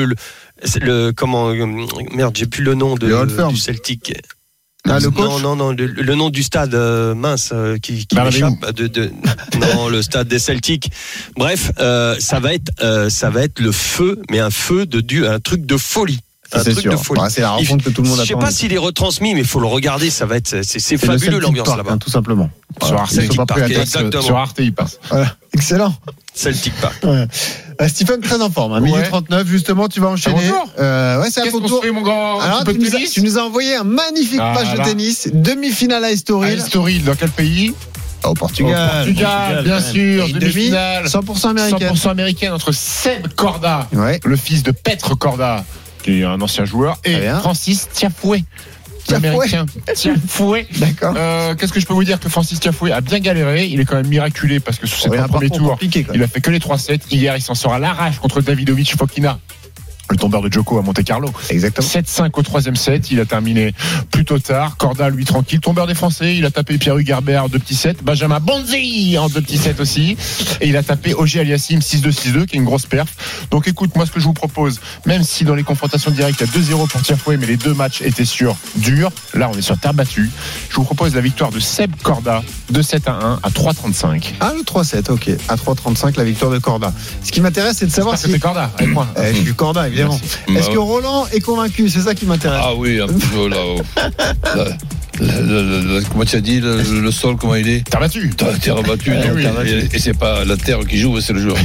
j'ai plus le nom du Celtic. Le coach non, le nom du stade qui m'échappe non, le stade des Celtics. Bref, ça va être le feu, mais un truc de folie. C'est sûr. C'est la rencontre que tout le monde attend. Je sais pas s'il est retransmis, mais il faut le regarder. Ça va être, c'est fabuleux l'ambiance Park, là-bas. Tout simplement. Sur Arte, il passe. Voilà. Excellent. Celtic Park. Ouais. Stephen, très en forme. 1h39, justement, tu vas enchaîner. C'est à ton tour. Mon grand alors, tu nous as envoyé un magnifique match de tennis. Demi-finale à Estoril. Dans quel pays? Au Portugal. Bien sûr. Demi-finale. 100% américaine. 100% américaine entre Seb Corda, le fils de Petr Corda, qui est un ancien joueur, et Francis Tiafoe. Américain. Tiafoe. D'accord. Qu'est-ce que je peux vous dire que Francis Tiafoe a bien galéré. Il est quand même miraculé parce que sur ses premiers tours, il a fait que les 3-7. Hier, il s'en sort à l'arrache contre Davidovic Fokina, le tombeur de Djoko à Monte Carlo. Exactement. 7-5 au 3e set. Il a terminé plutôt tard. Corda, lui, tranquille. Tombeur des Français. Il a tapé Pierre-Hugues Herbert en 2 petits sets. Benjamin Bonzi en 2 petits sets aussi. Et il a tapé Ogier Aliassime 6-2, 6-2, qui est une grosse perf. Donc écoute, moi, ce que je vous propose, même si dans les confrontations directes, il y a 2-0 pour Tiafoe, mais les 2 matchs étaient sur dur. Là, on est sur terre battue. Je vous propose la victoire de Seb Corda, 2-7-1 à 3-35. Ah, le 3-7, ok. À 3-35, la victoire de Corda. Ce qui m'intéresse, c'est de savoir si. C'était Corda, avec moi. Je suis Corda, évidemment. Merci. Est-ce que Roland est convaincu? C'est ça qui m'intéresse. Ah oui, un peu là. Comment tu as dit le sol, comment il est? Terre battue. Terre battue. Et c'est pas la terre qui joue, c'est le joueur.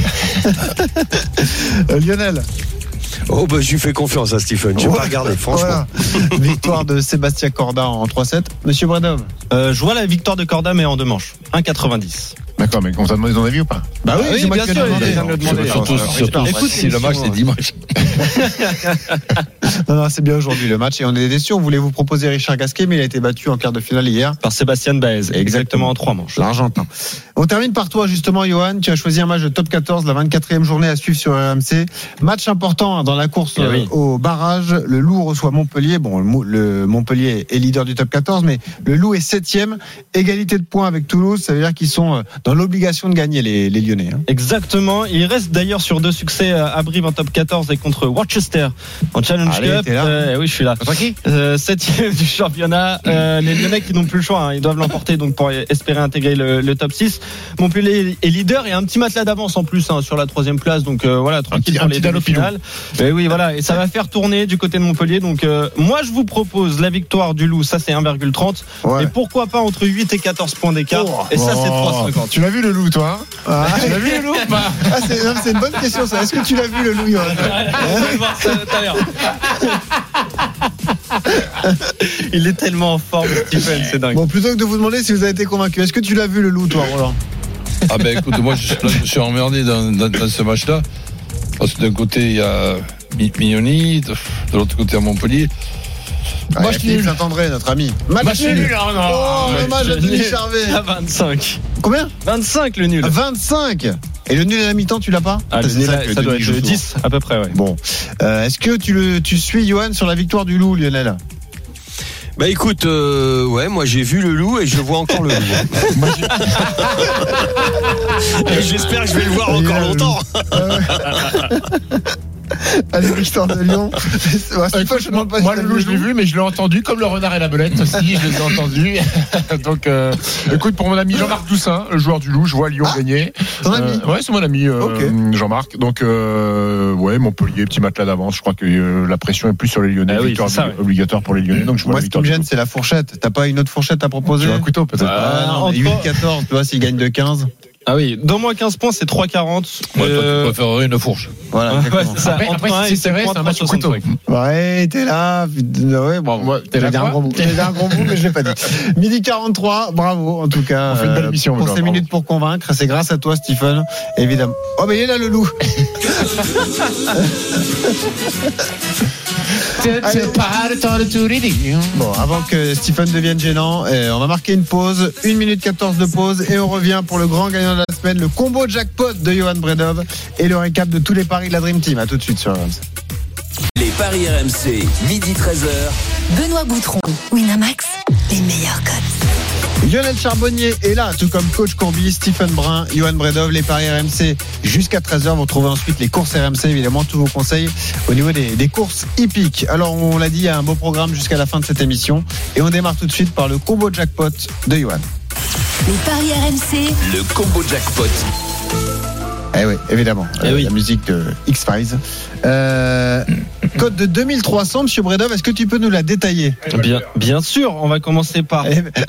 Lionel. Je lui fais confiance à Stephen. Je vais pas regarder, franchement. Voilà. Victoire de Sébastien Corda en 3-7. Monsieur Bredov. Je vois la victoire de Corda, mais en 2 manches. 1,90. D'accord, mais on t'a demandé ton avis ou pas? Bah oui, c'est moi bien qui sûr, il vient de le demander. Surtout si le match c'est dimanche. Non, c'est bien aujourd'hui le match et on est déçus. On voulait vous proposer Richard Gasquet, mais il a été battu en quart de finale hier par Sébastien Baez. Exactement en 3 manches. L'Argentin. On termine par toi justement, Johan. Tu as choisi un match de top 14, la 24e journée à suivre sur RMC. Match important dans la course au barrage. Le Loup reçoit Montpellier. Bon, le Montpellier est leader du top 14, mais le Loup est 7e. Égalité de points avec Toulouse. Ça veut dire qu'ils sont dans l'obligation de gagner les Lyonnais. Exactement. Il reste d'ailleurs sur 2 succès à Brive en top 14 et contre Worcester en Challenge Cup. Oui, je suis là. 7e du championnat. Les Lyonnais qui n'ont plus le choix. Ils doivent l'emporter donc pour espérer intégrer le top 6. Montpellier est leader et un petit matelas d'avance en plus sur la 3e place. Donc voilà, tranquille pour les demi-finales. Oui, voilà. Et ça va faire tourner du côté de Montpellier. Donc moi, je vous propose la victoire du Loup. Ça, c'est 1,30. Et pourquoi pas entre 8 et 14 points d'écart. Et ça, c'est 3,50. Tu l'as vu le Loup, toi? Tu l'as vu le Loup? C'est une bonne question, ça. Est-ce que tu l'as vu le Loup? Je vais voir ça tout à l'heure. Il est tellement en forme, Stephen, c'est dingue. Bon, plutôt que de vous demander si vous avez été convaincu, est-ce que tu l'as vu le Loup, toi, Roland? Ah ben écoute, moi je suis emmerdé dans ce match-là. Parce que d'un côté il y a Mignoni, de l'autre côté à Montpellier. Match nul, Saint-André, notre ami. Match nul. Le match de Denis Charvet. À 25. Combien? 25 le nul. 25. Et le nul à la mi-temps, tu l'as pas? Ça doit être 10 à peu près, ouais. Bon. Est-ce que tu suis Johan sur la victoire du Loup, Lionel? Bah écoute, moi j'ai vu le Loup et je vois encore le Loup. Et j'espère que je vais le voir encore longtemps. Allez, victoire de Lyon. Moi, le Loup, je l'ai vu, mais je l'ai entendu, comme le renard et la belette aussi, je les ai entendus. Donc, écoute, pour mon ami Jean-Marc Doussin, le joueur du Loup, je vois Lyon gagner. Ton ami? Ouais, c'est mon ami Jean-Marc. Donc, Montpellier, petit matelas d'avance. Je crois que la pression est plus sur les Lyonnais. Victoire obligatoire pour les Lyonnais. Donc, je vois moi, ce qui me gêne, c'est la fourchette. T'as pas une autre fourchette à proposer? Tu veux un couteau, peut-être? 8-14, tu vois, s'il gagne de 15. Ah oui, dans moins 15 points, c'est 3,40. Ouais, toi, tu préférerais une fourche. Voilà, ça. Après si c'est vrai, c'est un match au couteau. Ouais, t'es là. Ouais, bravo. T'es là, un gros bout. Mais je l'ai pas dit. 12h43, bravo, en tout cas. On fait une belle émission. Pour ces minutes pour convaincre, c'est grâce à toi, Stephen, évidemment. Oh, mais il est là, le Loup. Bon, avant que Stephen devienne gênant, on va marquer une pause, 1 minute 14 de pause, et on revient pour le grand gagnant de la semaine, le combo jackpot de Johan Bredov et le récap de tous les paris de la Dream Team. À tout de suite sur RMC. Les paris RMC, midi 13h. Benoît Boutron, Winamax, les meilleurs codes. Lionel Charbonnier est là, tout comme Coach Courbis, Stephen Brun, Johan Bredov, les paris RMC jusqu'à 13h. Vous retrouvez ensuite les courses RMC, évidemment, tous vos conseils au niveau des courses hippiques. Alors, on l'a dit, il y a un beau programme jusqu'à la fin de cette émission. Et on démarre tout de suite par le combo jackpot de Johan. Les paris RMC, le combo jackpot. Eh oui, évidemment. Oui. La musique de X-Files. Code de 2300, monsieur Bredov, est-ce que tu peux nous la détailler? Bien sûr, on va commencer par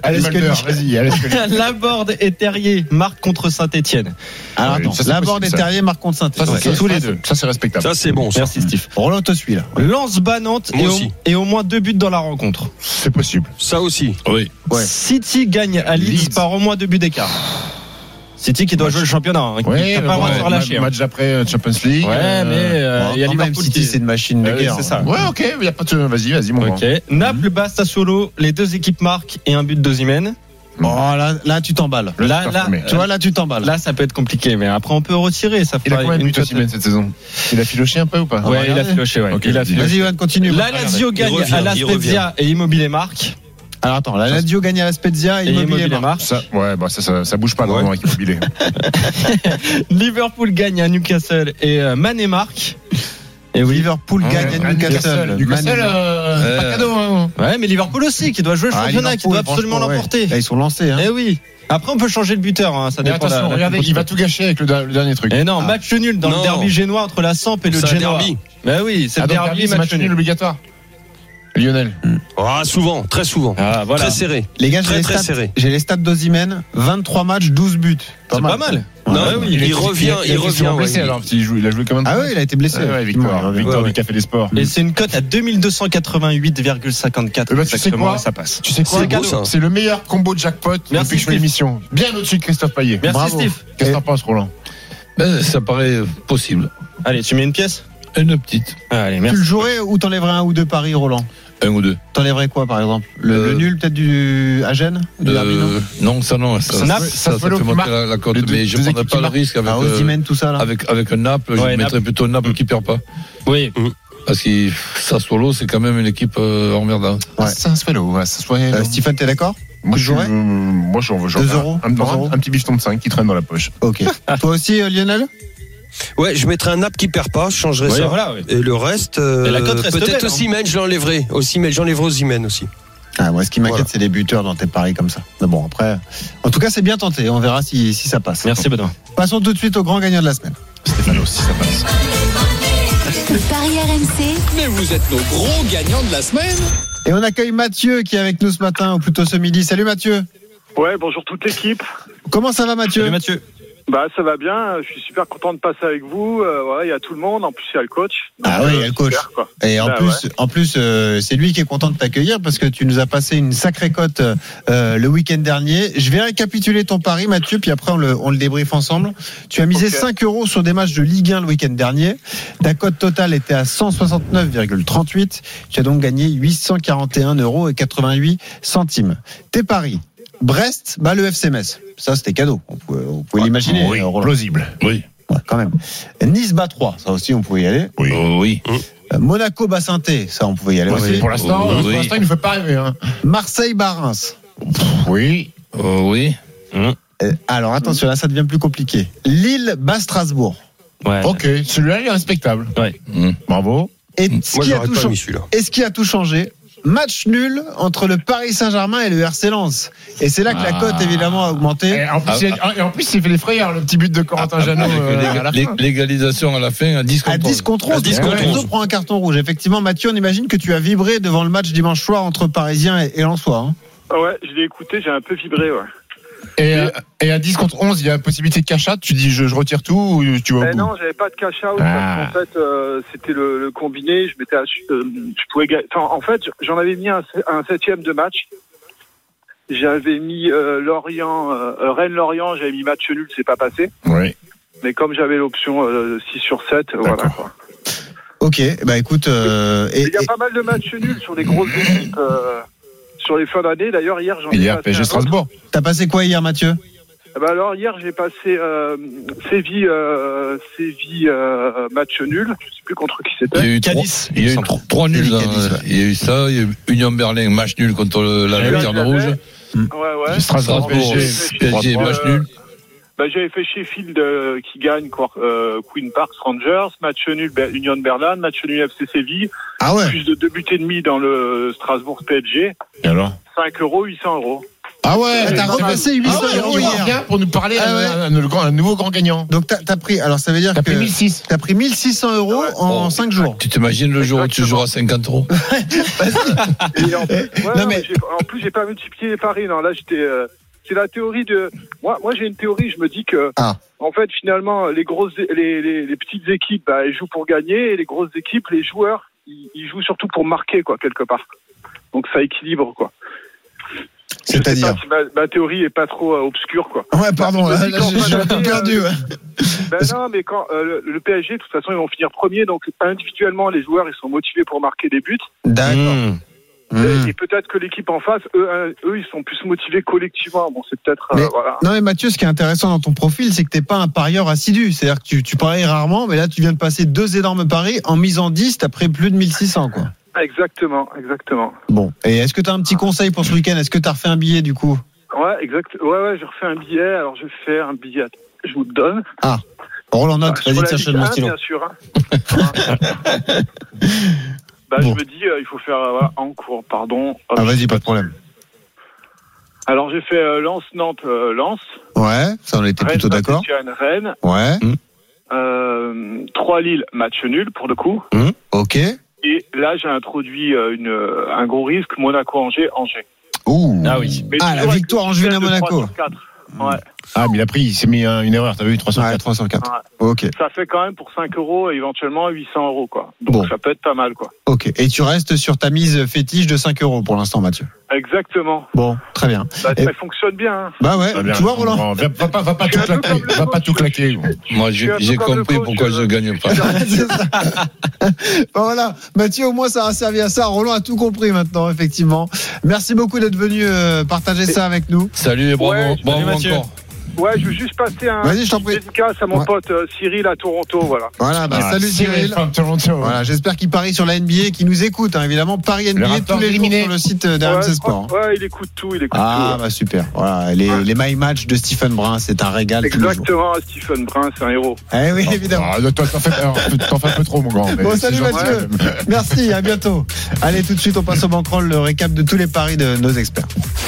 Laborde et Terrier marquent contre Saint-Etienne. Alors attends, Laborde et Terrier marquent contre Saint-Etienne. C'est tous les deux. Ça, c'est respectable. Ça, c'est bon. Ça. Merci Steve. Roland te suit là. Lens-Bas Nantes et au moins 2 buts dans la rencontre. C'est possible. Ça aussi. Oui. Ouais. City gagne à Leeds par au moins 2 buts d'écart. City qui doit jouer le championnat, qui n'a pas le droit de se relâcher. Match d'après Champions League. Ouais, mais il y a Liverpool City, c'est une machine de guerre. C'est ça. Ouais, ok, il y a pas de. Vas-y, mon grand. Naples bat Sassuolo, les deux équipes marquent et un but d'Osimhen. Oh, là, tu t'emballes. Là, tu vois, là, tu t'emballes. Là, ça peut être compliqué, mais après, on peut retirer. Ça il a combien de buts Osimhen cette saison? Il a filoché un peu ou pas? Ouais, il a filoché, ouais. Okay, vas-y, Johan, continue. La Lazio gagne à la Spezia et Immobilier marque. Alors attends, la Lazio gagne à la Spezia et Immobilier marque. Ça bouge pas normalement avec Immobilier. Liverpool gagne à Newcastle et Mané marque. Et oui. Liverpool gagne à Newcastle. Newcastle, pas cadeau. Hein. Ouais, mais Liverpool aussi, qui doit jouer le championnat, qui doit absolument l'emporter. Là, ils sont lancés. Eh oui. Après, on peut changer le buteur. Ça dépend. Attention, regardez, il va tout gâcher avec le dernier truc. Et non, match nul dans le derby génois entre la Samp et le Genoa. Mais oui, c'est le derby, match nul obligatoire. Lionel. Souvent, très souvent. Voilà. Très serré. Les gars, serré. J'ai les stats d'Osimhen, 23 matchs, 12 buts. C'est pas mal. Il revient. Blessé, alors, il a joué quand même. Ah oui, il a été blessé. Victor du Café des Sports. Et c'est une cote à 2288,54. Tu sais quoi? Ça passe. Tu sais quoi? C'est le meilleur combo de jackpot depuis que je fais l'émission. Bien au-dessus de Christophe Payet. Merci Steve. Qu'est-ce que t'en penses, Roland? Ça paraît possible. Allez, tu mets une pièce? Une petite. Allez, merci. Tu le jouerais ou t'enlèverais un ou deux paris, Roland? Un ou deux. T'enlèverais quoi, par exemple? Le nul, peut-être à Gênes? Non, ça non. Ça fait monter la cote. Mais je ne prendrais pas le risque avec Osimhen, tout ça, là. Avec un Naples. Je mettrais plutôt un Naples qui ne perd pas. Oui. Parce que Sassuolo, c'est quand même une équipe emmerdante. Sassuolo. Stephen, t'es d'accord? Moi, j'en veux 2 euros. Un petit bifton de 5 qui traîne dans la poche. Ok. Toi aussi, Lionel? Ouais, je mettrais un Naples qui perd pas, je changerais ça. Voilà, et le reste, peut-être Osimhen, je l'enlèverai. J'enlèverai Osimhen aussi. Moi, ce qui m'inquiète, c'est les buteurs dans tes paris comme ça. Mais bon, après, en tout cas, c'est bien tenté. On verra si ça passe. Merci, Benoît. Passons tout de suite au grand gagnant de la semaine. Stéphano, si ça passe. Le pari RMC. Mais vous êtes nos gros gagnants de la semaine. Et on accueille Mathieu qui est avec nous ce matin, ou plutôt ce midi. Salut Mathieu. Ouais, bonjour toute l'équipe. Comment ça va, Mathieu? Salut Mathieu. Ça va bien, je suis super content de passer avec vous. Il y a tout le monde, en plus il y a le coach. Oui, il y a le coach. Super, et en plus c'est lui qui est content de t'accueillir parce que tu nous as passé une sacrée cote le week-end dernier. Je vais récapituler ton pari, Mathieu, puis après on le débriefe ensemble. Tu as misé 5 euros sur des matchs de Ligue 1 le week-end dernier. Ta cote totale était à 169,38. Tu as donc gagné 841,88 €. Tes paris: Brest bat le FC Metz. Ça, c'était cadeau. On pouvait l'imaginer. Oui, plausible. Oui. Ouais, quand même. Nice bat 3. Ça aussi, on pouvait y aller. Oui. Oui. Monaco bat Saint-Étienne. Ça, on pouvait y aller aussi. Pour l'instant, il ne fait pas rêver. Hein. Marseille bat Reims. Oui. Oui. Alors, attention, là, ça devient plus compliqué. Lille bat Strasbourg. Ouais. Ok, celui-là, il est respectable. Ouais. Bravo. Et Moi, j'aurais pas mis celui-là. ce qui a tout changé? Match nul entre le Paris Saint-Germain et le RC Lens. Et c'est là que la cote, évidemment, a augmenté. Et en plus, il fait les frayeurs, le petit but de Corentin Jeannot. L'égalisation à la fin à 10 contre 11. À 10 contre 11. 10 contre 11. Prend un carton rouge. Effectivement, Mathieu, on imagine que tu as vibré devant le match dimanche soir entre Parisiens et Lensois. Hein. Ouais, je l'ai écouté, j'ai un peu vibré, ouais. Et à 10 contre 11, il y a possibilité de cash out. Tu dis je retire tout ou tu vas au bout? Non, j'avais pas de cash out parce qu'en fait c'était le combiné. Je pouvais en fait, j'en avais mis un 7e de match. J'avais mis Rennes-Lorient, j'avais mis match nul, c'est pas passé. Oui. Mais comme j'avais l'option 6 sur 7, voilà quoi. Ok, bah écoute. Il y a pas mal de matchs nuls sur les grosses équipes sur les fins d'année. D'ailleurs, hier, j'en ai Hier, passé PSG Strasbourg. T'as passé quoi hier, Mathieu? Alors hier, j'ai passé Séville match nul. Je sais plus contre qui c'était. Il y a eu Cadiz. Il y a eu 3 nuls. Il y a eu ça. Il y a eu Union Berlin match nul contre la Lanterne Rouge. Ouais. Strasbourg, PSG match nul. J'avais fait Sheffield qui gagne Queen Park Rangers, match nul Union Berlin, match nul FC Séville, plus de 2 buts et demi dans le Strasbourg PSG. Et alors 5 €, 800 €. Ah ouais, t'as repassé 800 € hier pour nous parler un nouveau grand gagnant. Donc t'as pris, alors ça veut dire que t'as pris 1600 € en 5 jours. Tu t'imagines le jour où tu joueras 50 €? En plus, j'ai pas multiplié les paris. Non, là, c'est la théorie de. Moi, j'ai une théorie. Je me dis que, en fait, finalement, les petites équipes, elles jouent pour gagner, et les grosses équipes, les joueurs, ils jouent surtout pour marquer, quoi, quelque part. Donc ça équilibre, quoi. C'est-à-dire si ma théorie est pas trop obscure, quoi. Ouais, pardon, là, j'ai un peu perdu. Non, mais quand le PSG, de toute façon, ils vont finir premier, donc individuellement, les joueurs, ils sont motivés pour marquer des buts. D'accord. Et peut-être que l'équipe en face, eux, ils sont plus motivés collectivement. Bon, c'est peut-être. Voilà. Non, mais Mathieu, ce qui est intéressant dans ton profil, c'est que t'es pas un parieur assidu. C'est-à-dire que tu paries rarement, mais là, tu viens de passer 2 énormes paris en misant 10, t'as pris plus de 1600, quoi. Exactement. Bon. Et est-ce que tu as un petit conseil pour ce week-end? Est-ce que tu as refait un billet du coup? Ouais, exact. Ouais, j'ai refait un billet. Alors, je vais faire un billet. Je vous le donne. Ah. Roland note. Vas-y, tiens, cherche mon stylo. Bien sûr. Je me dis, il faut faire en cours, pardon. Vas-y, pas de problème. Alors, j'ai fait Lens-Nantes, Lens. Ouais, ça on était plutôt d'accord. Rennes. Ouais. 3 Lille, match nul pour le coup. Ok. Et là, j'ai introduit un gros risque, Monaco-Angers. Ouh. Ah oui. La victoire angevine à Monaco. Ouais. Ah, mais il s'est mis une erreur, t'as vu, 304. 304. Ouais. Ok. Ça fait quand même pour 5 € et éventuellement 800 €, quoi. Donc ça peut être pas mal, quoi. Ok. Et tu restes sur ta mise fétiche de 5 € pour l'instant, Mathieu. Exactement. Bon, très bien. Ça fonctionne bien. Hein. Bah ouais, tu vois, Roland. Va pas tout claquer. Moi, j'ai compris pourquoi je gagne pas. Bon, voilà. Mathieu, au moins, ça a servi à ça. Roland a tout compris maintenant, effectivement. Merci beaucoup d'être venu partager ça avec nous. Salut et bravo Mathieu. encore. Ouais, je veux juste passer un dédicace à mon pote Cyril à Toronto, voilà. Voilà, salut Cyril. Voilà, j'espère qu'il parie sur la NBA, qu'il nous écoute, hein, évidemment. Paris NBA tous les jours sur le site d'RMC Sport. Ouais, il écoute tout. Bah super. Voilà, les My Match de Stephen Brun, c'est un régal. Exactement, Stephen Brun, c'est un héros. Eh oui, évidemment. T'en fais un peu trop, mon grand. Bon, salut Mathieu. Merci, à bientôt. Allez, tout de suite, on passe au bankroll, le récap de tous les paris de nos experts.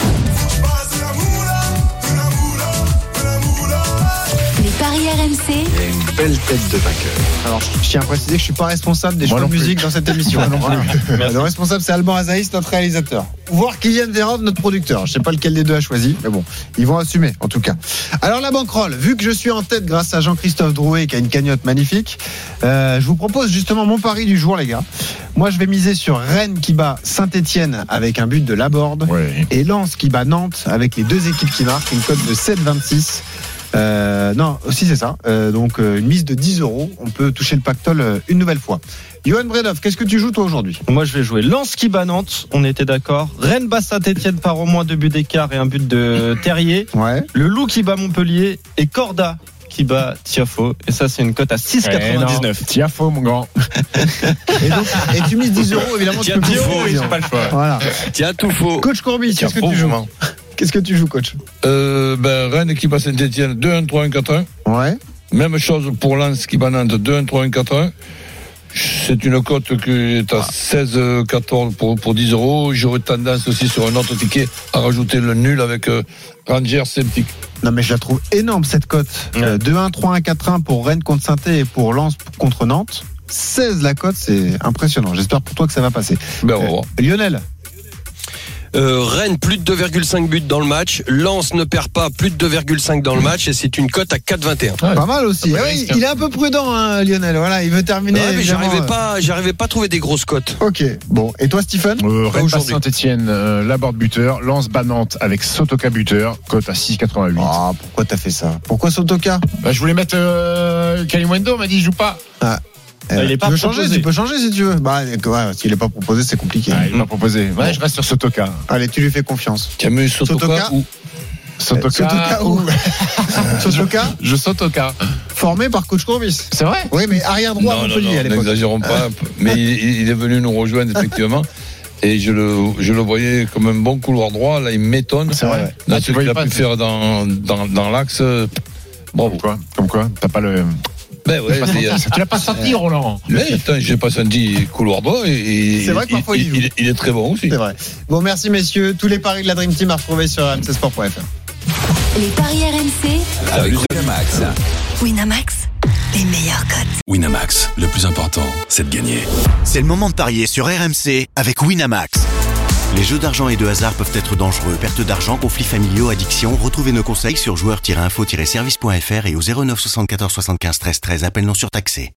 Paris RMC. Il y a une belle tête de vainqueur. Alors, je tiens à préciser que je suis pas responsable des choix de musique dans cette émission. Le responsable, c'est Alban Azaïs, notre réalisateur. Voire Kylian Vérov, notre producteur. Je sais pas lequel des deux a choisi, mais bon, ils vont assumer, en tout cas. Alors, la bankroll, vu que je suis en tête grâce à Jean-Christophe Drouet, qui a une cagnotte magnifique, je vous propose justement mon pari du jour, les gars. Moi, je vais miser sur Rennes qui bat Saint-Etienne avec un but de Laborde, et Lens qui bat Nantes avec les deux équipes qui marquent, une cote de 7,26. Non, aussi c'est ça. Donc une mise de 10 €. On peut toucher le pactole une nouvelle fois. Johan Bredov, qu'est-ce que tu joues toi aujourd'hui? Moi, je vais jouer Lens qui bat Nantes. On était d'accord. Rennes bat Saint-Etienne par au moins 2 buts d'écart et un but de Terrier. Ouais. Le Loup qui bat Montpellier et Corda qui bat Tiafo. Et ça, c'est une cote à 6,99. Tiafo, mon grand. Et tu mises 10 €, évidemment. Tu peux c'est pas le choix. Voilà. Tiens, tout faux. Coach Courbis, qu'est-ce que tu joues? Qu'est-ce que tu joues, coach? Rennes qui bat Saint-Etienne 2-1, 3-1, 4-1. Ouais. Même chose pour Lens qui bat Nantes 2-1, 3-1, 4-1. C'est une cote qui est à 16-14 pour 10 €. J'aurais tendance aussi sur un autre ticket à rajouter le nul avec Rangers Celtic. Non, mais je la trouve énorme cette cote. 2-1, 3-1, 4-1 pour Rennes contre Saint-Etienne et pour Lens contre Nantes. 16 la cote, c'est impressionnant. J'espère pour toi que ça va passer. Ben, on va voir. Lionel. Rennes plus de 2,5 buts dans le match. Lens ne perd pas, plus de 2,5 dans le match et c'est une cote à 4,21. Pas mal aussi. Oui, il est un peu prudent, hein, Lionel. Voilà, il veut terminer. Ouais, mais j'arrivais pas à trouver des grosses cotes. Ok. Bon. Et toi, Stephen? Rennes bat Saint-Etienne, Laborde buteur, Lens bat Nantes avec Sotoka buteur, cote à 6,88. Ah, pourquoi t'as fait ça? Pourquoi Sotoka? Je voulais mettre Kalimundo, m'a dit je joue pas. Ah. Il est pas proposé. Tu peux changer si tu veux. S'il n'est pas proposé, c'est compliqué. Il n'est pas proposé. Ouais, je reste sur Sotoka. Allez, tu lui fais confiance. Tu as mis Sotoka ou Sotoka ou Sotoka Je Sotoka. Formé par coach Courbis. C'est vrai? Oui, mais arrière droit à Montpellier à l'époque. N'exagérons pas. Mais il est venu nous rejoindre effectivement. Et je le voyais comme un bon couloir droit. Là, il m'étonne. C'est vrai. Dans ce qu'il a pu faire dans l'axe. Bravo. Comme quoi, t'as pas le. Tu l'as pas senti, Roland. Mais attends, j'ai pas senti couloir droit. C'est vrai que parfois il est très bon aussi. C'est vrai. Bon, merci messieurs. Tous les paris de la Dream Team à retrouver sur rmcsport.fr. Les paris RMC avec Winamax. Winamax, les meilleurs cotes. Winamax, le plus important, c'est de gagner. C'est le moment de parier sur RMC avec Winamax. Les jeux d'argent et de hasard peuvent être dangereux. Perte d'argent, conflits familiaux, addiction. Retrouvez nos conseils sur joueurs-info-service.fr et au 09 74 75 13 13. Appel non surtaxé.